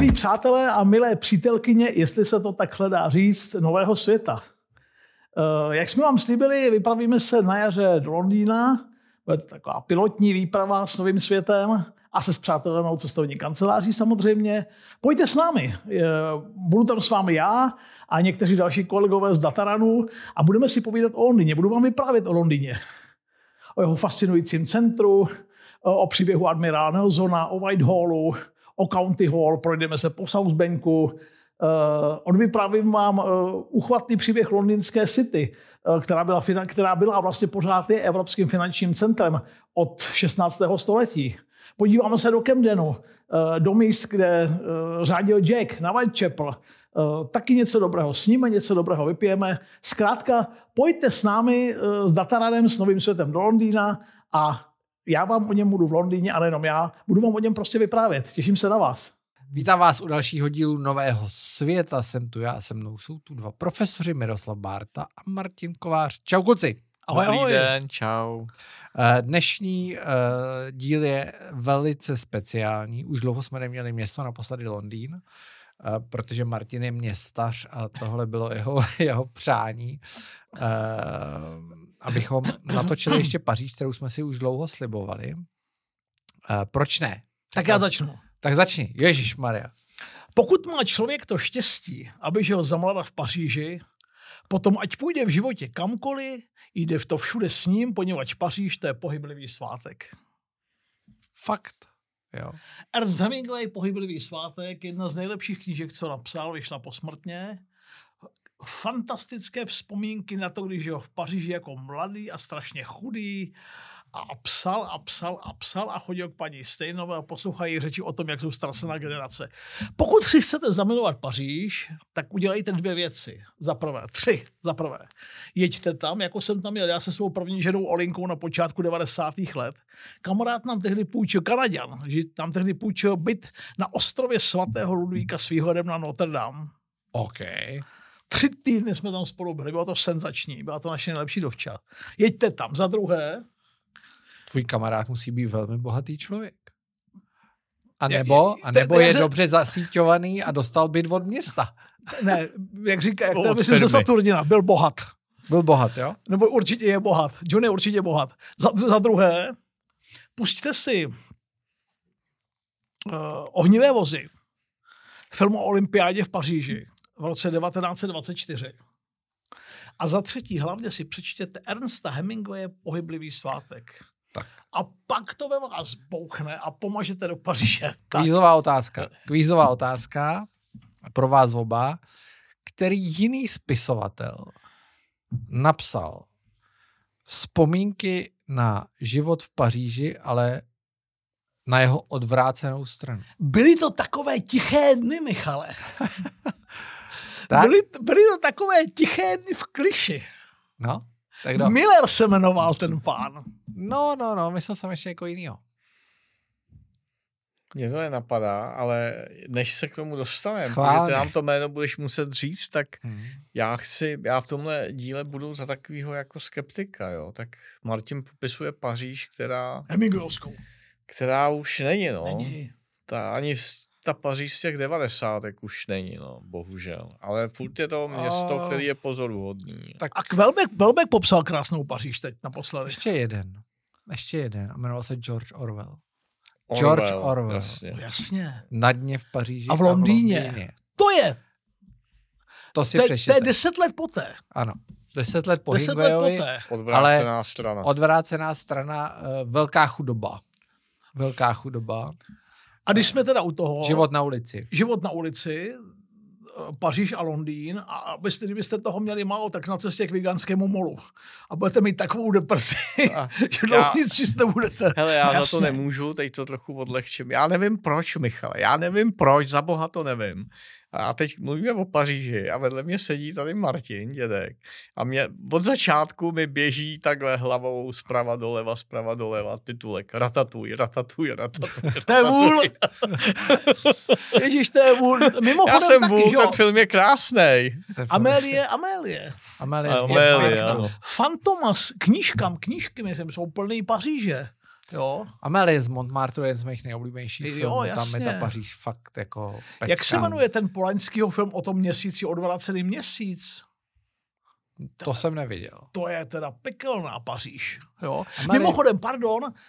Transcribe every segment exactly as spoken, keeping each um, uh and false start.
Milí přátelé a milé přítelkyně, jestli se to takhle dá říct, nového světa. Jak jsme vám slíbili, vypravíme se na jaře do Londýna. Bude to taková pilotní výprava s novým světem a se spřátelenou cestovní kanceláří samozřejmě. Pojďte s námi. Budu tam s vámi já a někteří další kolegové z Dataranu a budeme si povídat o Londýně. Budu vám vyprávět o Londýně. O jeho fascinujícím centru, o příběhu admirála Nelsona, o Whitehallu, o County Hall, projdeme se po South Banku, uh, odvyprávím vám uh, uchvatný příběh londýnské City, uh, která, byla, která byla vlastně pořád je evropským finančním centrem od šestnáctého století. Podíváme se do Camdenu, uh, do míst, kde uh, řádil Jack, na Whitechapel. Uh, taky něco dobrého sníme, něco dobrého vypijeme. Zkrátka, pojďte s námi uh, s Dataradem, s novým světem do Londýna a já vám o něm budu v Londýně a nejenom já, budu vám o něm prostě vyprávět. Těším se na vás. Vítám vás u dalšího dílu Nového světa. Jsem tu já, se mnou jsou tu dva profesoři, Miroslav Bárta a Martin Kovář. Čau kluci. Ahoj, Dobrý ahoj. den, čau. Dnešní uh, díl je velice speciální. Už dlouho jsme neměli město, naposledy Londýn, uh, protože Martin je městař a tohle bylo jeho, jeho přání. Uh, abychom natočili ještě Paříž, kterou jsme si už dlouho slibovali. Uh, proč ne? Tak já začnu. Tak začni. Ježišmarja. Pokud má člověk to štěstí, aby žil zamlada v Paříži, potom ať půjde v životě kamkoliv, jde v to všude s ním, poněvadž Paříž to je pohyblivý svátek. Fakt. Jo. Ernest Hemingway, Pohyblivý svátek, jedna z nejlepších knížek, co napsal, vyšla posmrtně. Fantastické vzpomínky na to, když žil v Paříži jako mladý a strašně chudý a psal a psal a psal a chodil k paní Steinové a poslouchal její řeči o tom, jak jsou ztracená generace. Pokud si chcete zamilovat Paříž, tak udělejte dvě věci. Za prvé, tři. Za prvé, jeďte tam, jako jsem tam jel já se svou první ženou Olinkou na počátku devadesátých let. Kamarád nám tehdy půjčil, Kanaďan, že nám tehdy půjčil byt na ostrově svatého Ludvíka s výhledem na Notre Dame. OK. Tři týdny jsme tam spolu byli, bylo to senzační, byla to naše nejlepší dovča. Jeďte tam. Za druhé. Tvůj kamarád musí být velmi bohatý člověk. A Je- nebo, je- a nebo to- je to- dobře zasíťovaný a dostal byt od města. Ne, jak říká, jak Od to myslím, že firmy. Saturnina, byl bohat. Byl bohat, jo? Nebo určitě je bohat. John je určitě bohat. Za, za druhé, pusťte si uh, Ohnivé vozy. Film o olympiádě v Paříži v roce devatenáct set dvacet čtyři. A za třetí, hlavně si přečtěte Ernesta Hemingwaye Pohyblivý svátek. Tak. A pak to ve vás bouchne a pomažete do Paříže. Tak. Kvízová otázka. Kvízová otázka pro vás oba. Který jiný spisovatel napsal vzpomínky na život v Paříži, ale na jeho odvrácenou stranu? Byly to takové tiché dny, Michale. Tak? Byly, byly to takové tiché dny v Kliši. No, tak do. Miller se jmenoval ten pán. No, no, no, myslel jsem ještě jako jinýho. Mě to nenapadá, ale než se k tomu dostaneme, Schválně. protože ty nám to jméno budeš muset říct, tak Hmm. já chci, já v tomhle díle budu za takovýho jako skeptika, jo. Tak Martin popisuje Paříž, která, Hemingwayovskou. která už není, no. Není. Ta, ani z- ta Paříž z těch devadesátek už není, no, bohužel. Ale furt je to město, A- který je pozoruhodný. Tak A Welbeck, Welbeck popsal krásnou Paříž teď naposledy. ještě jeden. Ještě jeden. A jmenoval se George Orwell. George Orwell. Jasně. No, jasně. Na dně v Paříži A v Londýně. To je, To si to, je- to je přečtěte. deset let poté. Ano. Deset let po Deset let Hemingwayovi. poté. Odvrácená ale strana. Odvrácená strana, uh, velká chudoba. Velká chudoba. A když jsme teda u toho, Život na ulici. život na ulici, Paříž a Londýn, a abyste, kdybyste toho měli málo, tak na cestě k Viganskému molu. A budete mít takovou depresi, A že já- dlouho nic číst nebudete. Hele, já Jasně. za to nemůžu, teď to trochu odlehčím. Já nevím proč, Michale, já nevím proč, za boha to nevím. A teď mluvíme o Paříži a vedle mě sedí tady Martin, dědek. A mě od začátku mi běží takhle hlavou zprava doleva, zprava doleva titulek. Ratatuj, ratatuj, ratatuj. To je vůl. Ježíš, to je vůl. Mimochodem Já jsem taky, vůl, že jo? ten film je krásnej. Amélie, Amélie. Amélie. Amélie, Amélie, ano. Fantomas, knížkám, knížky, myslím, jsou plný Paříže. Jo. Amélie z Montmartre je jeden z mých nejoblíbenějších Jo, filmů, jasně. tam je ta Paříž fakt jako pecka. Jak se jmenuje ten Polaňskýho film o tom měsíci, odvracený měsíc? To jsem neviděl. To je teda pekelná Paříž. Jo. Amélie... Mimochodem, pardon, uh,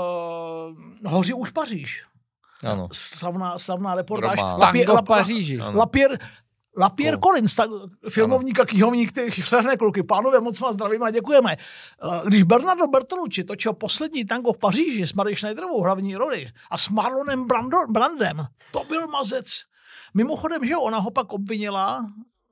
hoří už Paříž. Ano. Slavná, slavná reportáž. Tango v Paříži. Lapierre, Lapierre Collins, tak, filmovník a knihovník, který všechny kluky. Pánové, moc vás zdravíme a děkujeme. Když Bernardo Bertolucci točil poslední tango v Paříži s Marie Schneiderovou hlavní roli a s Marlonem Brando, Brandem, to byl mazec. Mimochodem, že ona ho pak obvinila,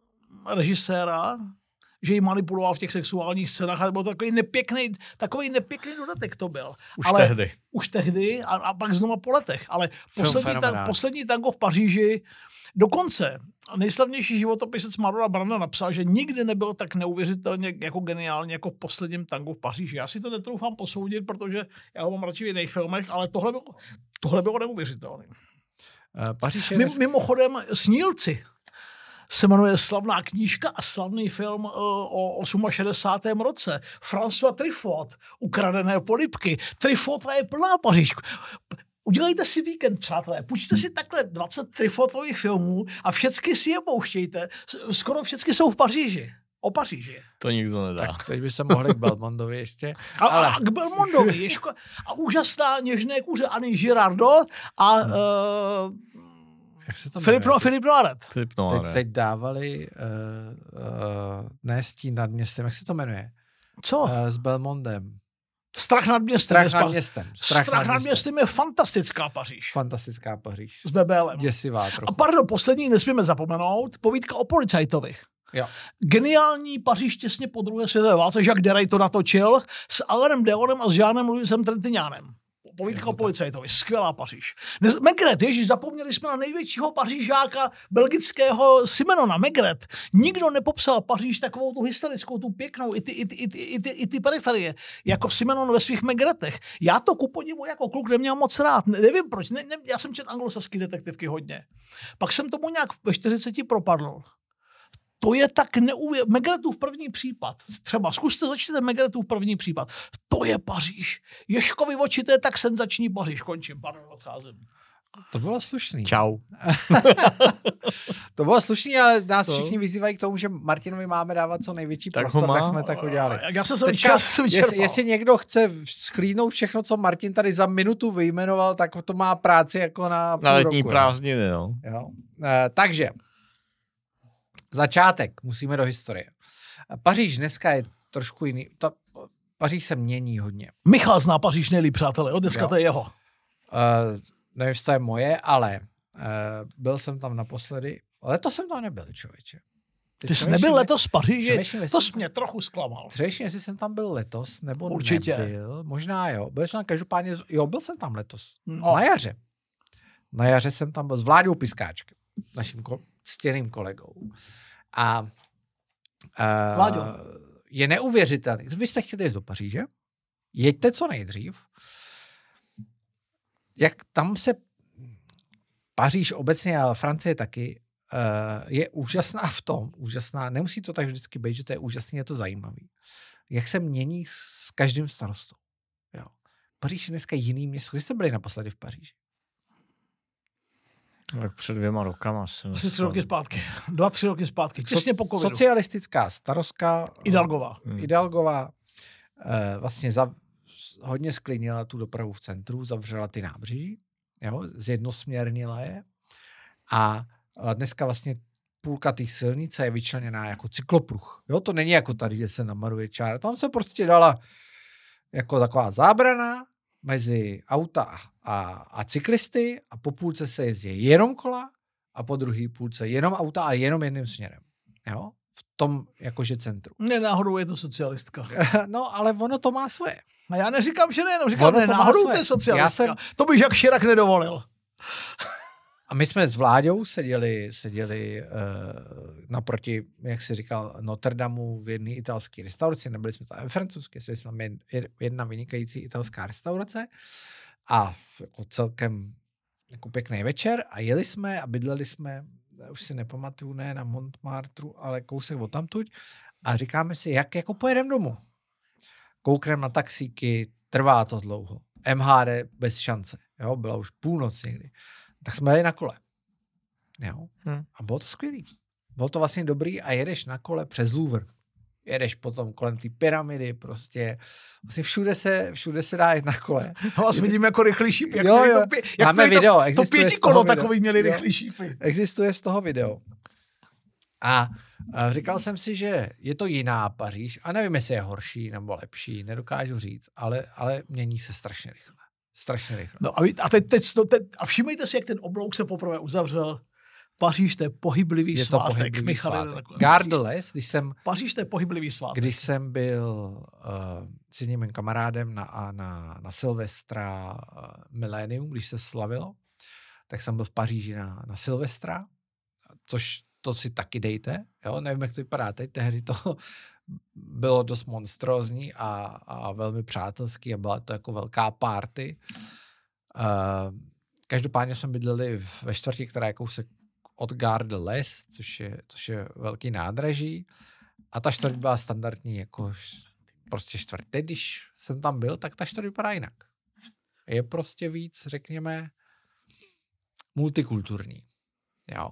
režiséra, že jí manipuloval v těch sexuálních scénách, a byl takový nepěkný, takový nepěkný dodatek to byl. Už ale, tehdy. Už tehdy a, a pak znova po letech. Ale poslední, ta, poslední tango v Paříži, dokonce nejslavnější životopisec Marlona Branda napsal, že nikdy nebyl tak neuvěřitelně jako geniální jako v posledním tangu v Paříži. Já si to netroufám posoudit, protože já ho mám radši v jiných filmech, ale tohle bylo, tohle bylo neuvěřitelné. Uh, Paříž je Mim, dnes... Mimochodem Snílci se jmenuje slavná knížka a slavný film uh, o šedesátém osmém roce. François Truffaut, Ukradené polibky. Truffautová je plná Paříž. Udělejte si víkend, přátelé. Půjčte si takhle dvacet Truffautových filmů a všechny si je pouštějte. Skoro všechny jsou v Paříži. O Paříži. To nikdo nedá. Tak teď by se mohli k Belmondovi ještě. A, ale... a k Belmondovi. Je ško... A úžasná něžné kůře Anny Girardot a hmm. uh, Jak se to Filip, no, Filip Noiret. Filip Noiret. Teď, teď dávali uh, uh, ne Stín nad městem, jak se to jmenuje? Co? Uh, s Belmondem. Strach nad městem. Strach nad městem. Strach, Strach nad městem je fantastická Paříž. Fantastická Paříž. S Bebélem. Děsivá trochu. A pardon, poslední nesmíme zapomenout, povídka o policajtových. Jo. Geniální Paříž těsně po druhé světové válce, Jacques Deray to natočil s Alainem Delonem a s Jeanem Louisem Trintignanem. Povídka o policajtovi, skvělá Paříž. Maigret, ježiš, zapomněli jsme na největšího pařížáka belgického Simenona, Maigret. Nikdo nepopsal Paříž takovou tu historickou, tu pěknou, i ty, i ty, i ty, i ty, i ty periferie, jako Simenon ve svých Maigretech. Já to ku podivu jako kluk neměl moc rád. Ne, nevím proč, ne, ne, já jsem četl anglosaský detektivky hodně. Pak jsem tomu nějak ve čtyřiceti propadl. To je tak neuvěřitelné. Maigretův první případ. Třeba zkuste začněte Maigretův první případ. To je Paříž. Ježkovi oči, to je tak senzační Paříž. Končím, pardon, odcházím. To bylo slušný. Čau. To bylo slušný, ale nás to... všichni vyzývají k tomu, že Martinovi máme dávat co největší tak prostor, tak jsme tak udělali. Já jsem se Teďka, jsem jestli, jestli někdo chce schlídnout všechno, co Martin tady za minutu vyjmenoval, tak to má práci jako na půl Na letní roku, prázdniny, no. Jo. E, takže začátek, musíme do historie. Paříž dneska je trošku jiný. Ta, Paříž se mění hodně. Michal zná Paříž nejlíp, přátelé. Od dneska jo. To je jeho. Uh, nevím, jestli to je moje, ale uh, byl jsem tam naposledy. Letos jsem tam nebyl, člověče. Ty, Ty jsi nebyl mi, letos v Paříži? To jsi mě trochu zklamal. Přemýšlím, jestli jsem tam byl letos, nebo určitě. Nebyl. Možná jo. Byl jsem tam každopádně, jo, byl jsem tam letos. No. Na jaře. Na jaře jsem tam byl s Vláďou Piskáčkem, naším ko- ctěným kolegou. A uh, Vláďo. Je neuvěřitelný. Vy jste chtěli jít do Paříže? Jeďte co nejdřív. Jak tam se Paříž obecně, ale Francie taky, uh, je úžasná v tom, úžasná, nemusí to tak vždycky být, že to je úžasný, je to zajímavý. Jak se mění s každým starostou. Jo. Paříž je dneska jiný město. Kdy jste byli naposledy v Paříži? Tak před dvěma rokama. Asi tři roky zpátky. Dva, tři roky zpátky. Těsně po covidu. Socialistická starostka. Hidalgová. Hidalgová eh, vlastně za, hodně sklidnila tu dopravu v centru, zavřela ty nábřeží, jo, zjednosměrnila je a, a dneska vlastně půlka těch silnice je vyčleněná jako cyklopruh. Jo, to není jako tady, kde se namaruje čára. Tam se prostě dala jako taková zábrana mezi auta a, a cyklisty a po půlce se jezdí jenom kola a po druhé půlce jenom auta a jenom jedným směrem. Jo? V tom jakože centru. Ne, náhodou je to socialistka. No, ale ono to má svoje. A já neříkám, že ne, jenom říkám, ne, náhodou to je socialistka. Jsem... To by Jacques Chirac nedovolil. A my jsme s Vláďou seděli, seděli uh, naproti, jak jsi říkal, Notre Damu v jedné italské restauraci, nebyli jsme tam francouzské, seděli jsme jedna vynikající italská restaurace a jako celkem jako pěkný večer a jeli jsme a bydleli jsme, už si nepamatuju, ne na Montmartre, ale kousek odtamtuť a říkáme si, jak jako pojedeme domů. Koukneme na taxíky, trvá to dlouho. M H D bez šance. Jo? Byla už půlnoc někdy. Tak jsme jeli na kole. Jo? Hmm. A bylo to skvělý. Bylo to vlastně dobrý a jedeš na kole přes Louvre. Jedeš potom kolem té pyramidy, prostě vlastně všude se, všude se dá jet na kole. Vás vidím jako rychlý šíp. Jak jo, jo. To, jak Máme to, video. To, to pěti kolo takový měli jo. rychlý šípy. Existuje z toho video. A, a říkal jsem si, že je to jiná Paříž a nevím, jestli je horší nebo lepší, nedokážu říct, ale, ale mění se strašně rychle. Strašně rychle. No a, vy, a, teď, teď, teď, a všimejte si, jak ten oblouk se poprvé uzavřel. Paříž, to je pohyblivý je svátek. to pohyblivý Michal, svátek. Gare de l'Est, když jsem... Paříž, to je pohyblivý svátek. Když jsem byl uh, s jedním mým kamarádem na, na, na Silvestra uh, Millennium, když se slavilo, tak jsem byl v Paříži na, na Silvestra, což to si taky dejte. Jo? Nevím, jak to vypadá teď, tehdy to bylo dost monstrózní a, a velmi přátelský a byla to jako velká party. Uh, každopádně jsme bydleli ve čtvrti, která je kousek od Gare de l'Est, což je, což je velký nádraží. A ta čtvrť byla standardní jako prostě čtvrť. Teď, když jsem tam byl, tak ta čtvrť vypadá jinak. Je prostě víc, řekněme, multikulturní. Jo.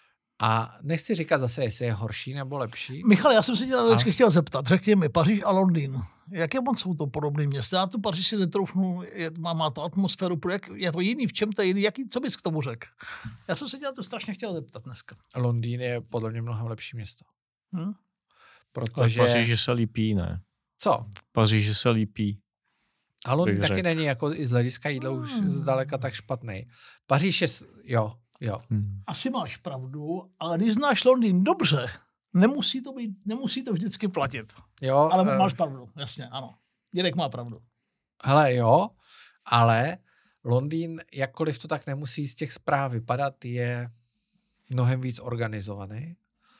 A nechci říkat zase, jestli je horší nebo lepší. Michal, já jsem se tě na vždycky chtěl zeptat. Řekni mi, Paříž a Londýn. Jaké moc jsou to podobné města? Já tu Paříž si netroufnu, je, má, má to atmosféru, jak, je to jiný, v čem to je jiný, jaký, co bys k tomu řekl? Já jsem se tě na to strašně chtěl zeptat dneska. Londýn je podle mě mnohem lepší město. Hmm? Protože... V Paříži se lípí, ne? Co? V Paříži se lípí. A Londýn taky řek. není jako i z hlediska jídla už zdaleka tak špatný. Paříž je, jo, jo. Hmm. Asi máš pravdu, ale když znáš Londýn dobře, nemusí to být, nemusí to vždycky platit. Jo, Ale uh, máš pravdu, jasně, ano. Dědek má pravdu. hele, jo, ale Londýn, jakkoliv to tak nemusí z těch zpráv vypadat, je mnohem víc organizovaný.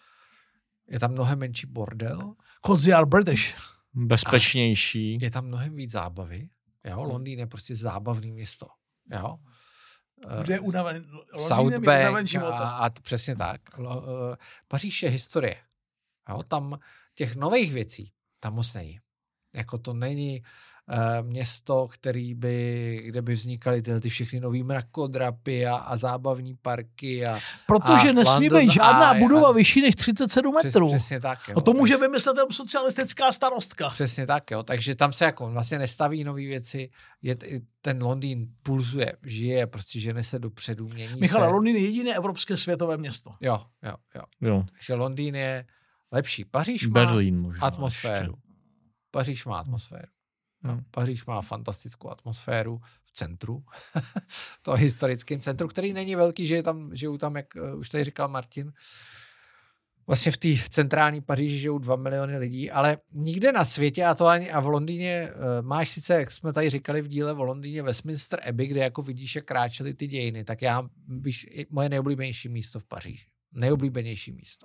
Je tam mnohem menší bordel. Cause they are British. Bezpečnější. Je tam mnohem víc zábavy. Jo, Londýn je prostě zábavný město. Jo. Kde je unaven, South Bank a, života. a t- přesně tak. L- uh, Paříž je historie. Jo, tam těch nových věcí tam moc není. Jako to není uh, město, který by, kde by vznikaly tyhle ty všechny nový mrakodrapy a, a zábavní parky. A, Protože a nesmí London být žádná Eye budova a, vyšší než třicet sedm metrů. Přes, přesně tak. Jo. A to může vymyslet tam socialistická starostka. Přesně tak, jo. Takže tam se jako vlastně nestaví nové věci. Je, ten Londýn pulzuje, žije, prostě žene se dopředu, mění Michale, se. Londýn je jediné evropské světové město. Jo, jo, jo. Jo. Takže Londýn je lepší. Paříž má Berlín možná atmosféru. ještě. Paříž má atmosféru. No, Paříž má fantastickou atmosféru v centru. To historickém centru, který není velký, že je tam, žijou tam, jak uh, už tady říkal Martin, vlastně v té centrální Paříži žijou dva miliony lidí, ale nikde na světě, a to ani a v Londýně uh, máš sice, jak jsme tady říkali v díle o Londýně, Westminster Abbey, kde jako vidíš, jak kráčely ty dějiny, tak já, víš, moje nejoblíbenější místo v Paříži. Nejoblíbenější místo.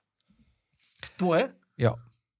Tvoje? Jo.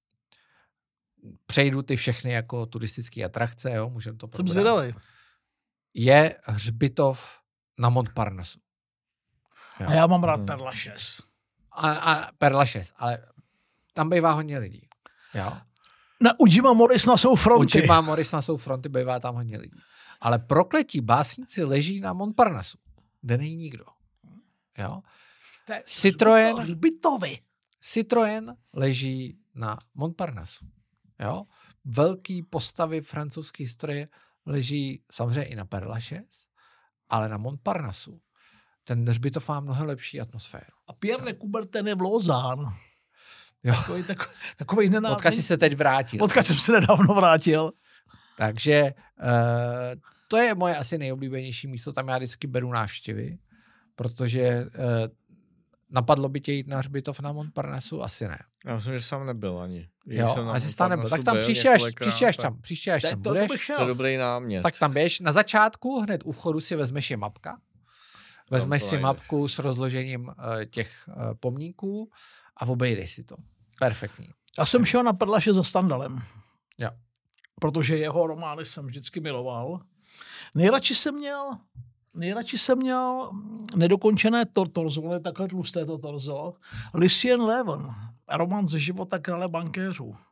Přejdu ty všechny jako turistické atrakce, jo, můžeme to Jsem probrat. zvědavý. Je hřbitov na Montparnasse. Jo. A já mám rád Père Lachaise. A, a Père Lachaise, ale tam bývá hodně lidí. Jo. Na Ujima Morrisona jsou fronty. Ujima Morrisona jsou fronty, bývá tam hodně lidí. Ale prokletí básníci leží na Montparnasse, kde není nikdo. Jo. Citroën, Hřbitovy. Citroën leží na Montparnasse. Jo. Velký postavy francouzské historie leží samozřejmě i na Père Lachaise, ale na Montparnasse. Ten hřbitov má mnohem lepší atmosféru. A Pierre de Coubertin je v Lausanne. Jo. Takový, takový, takový nenávný. Odkud jsi se teď vrátil. Odkud jsem se nedávno vrátil. Takže uh, to je moje asi nejoblíbenější místo, tam já vždycky beru návštěvy, protože uh, napadlo by tě jít na hřbitov na Montparnasse? Asi ne. Já myslím, že sám nebyl ani. Jo, asi tam nebyl. Tak tam příště až, příště až tam, příště až tam to, budeš. to, To je dobrý námět. Tak tam běž. Na začátku hned u vchodu si vezmeš je mapka. Vezmeš si mapku s rozložením uh, těch uh, pomníků a obejdeš si to. Perfektní. Já jsem šel na Père Lachaise za Stendhalem. Jo. Protože jeho romány jsem vždycky miloval. Nejradši jsem měl, nejradši jsem měl nedokončené tor- torzo, ale takhle tlusté to torzo. Lucien Levin, román ze života krále bankéřů.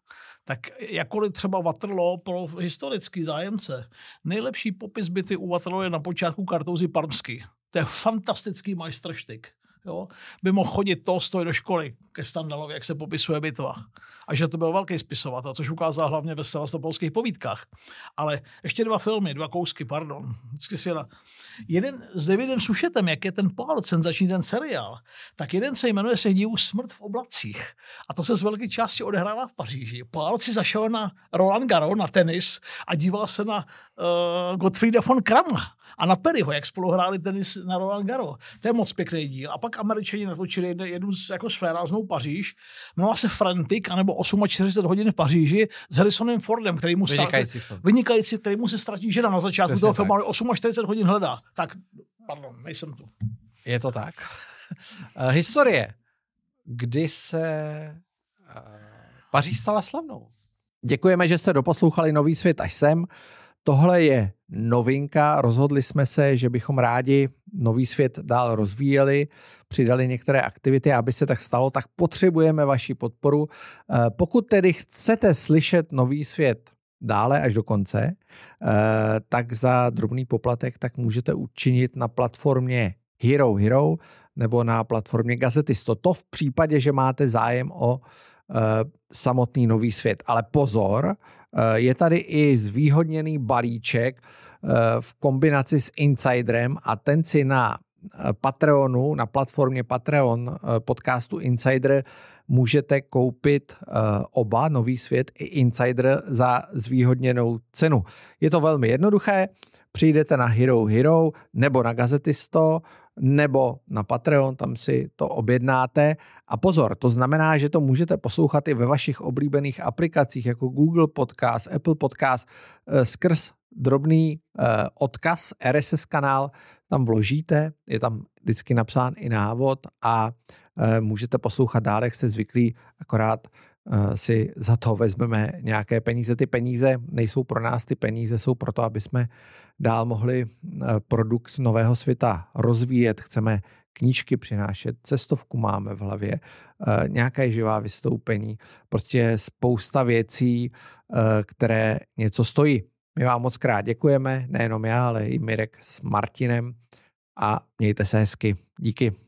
tak jakkoliv třeba Waterloo pro historický zájemce, nejlepší popis bitvy u Waterloo je na počátku Kartouzy Parmsky. To je fantastický majstrštyk. Jo? By mohl chodit Tolstoj do školy ke Stendhalovi, jak se popisuje bitva. A že to byl velký spisovatel, což ukázal hlavně ve sevastopolských povídkách. Ale ještě dva filmy, dva kousky, pardon. Vždycky si jedna. Jeden s Davidem Suchetem, jak je ten pohod, senzační ten seriál, tak jeden se jmenuje se dílu Smrt v oblacích. A to se z velké části odehrává v Paříži. Pohod si zašel na Roland Garros, na tenis a díval se na uh, Gottfrieda von Krama a na Perryho, jak spolu hráli tenis na Roland Garros. To je moc pěkný díl. A pak Američani natočili jednu z, jako sféráznou Paříž, jmenuje se Frantic, anebo čtyřicet osm hodin v Paříži s Harrisonem Fordem, který mu vynikající, ztratí, vynikající, který mu se ztratí žena na začátku Přesně toho filmu, ale čtyřicet osm hodin hledá. Tak, pardon, nejsem tu. Je to tak. uh, historie. Kdy se uh, Paříž stala slavnou? Děkujeme, že jste doposlouchali Nový svět až sem. Tohle je novinka. Rozhodli jsme se, že bychom rádi Nový svět dál rozvíjeli, přidali některé aktivity, aby se tak stalo, tak potřebujeme vaši podporu. Pokud tedy chcete slyšet Nový svět dále až do konce, tak za drobný poplatek tak můžete učinit na platformě Hero Hero nebo na platformě Gazetisto. To v případě, že máte zájem o samotný Nový svět. Ale pozor, je tady i zvýhodněný balíček v kombinaci s Insiderem a ten si na Patreonu, na platformě Patreon podcastu Insider můžete koupit oba, Nový svět i Insider, za zvýhodněnou cenu. Je to velmi jednoduché, přijdete na Hero Hero nebo na Gazetisto nebo na Patreon, tam si to objednáte. A pozor, to znamená, že to můžete poslouchat i ve vašich oblíbených aplikacích jako Google Podcast, Apple Podcast, skrz drobný odkaz, R S S kanál, tam vložíte, je tam vždycky napsán i návod a můžete poslouchat dál, jak jste zvyklí, akorát si za to vezmeme nějaké peníze. Ty peníze nejsou pro nás, ty peníze jsou pro to, aby jsme dál mohli produkt Nového světa rozvíjet. Chceme knížky přinášet, cestovku máme v hlavě, nějaké živá vystoupení, prostě spousta věcí, které něco stojí. My vám moc krát děkujeme, nejenom já, ale i Mirek s Martinem a mějte se hezky. Díky.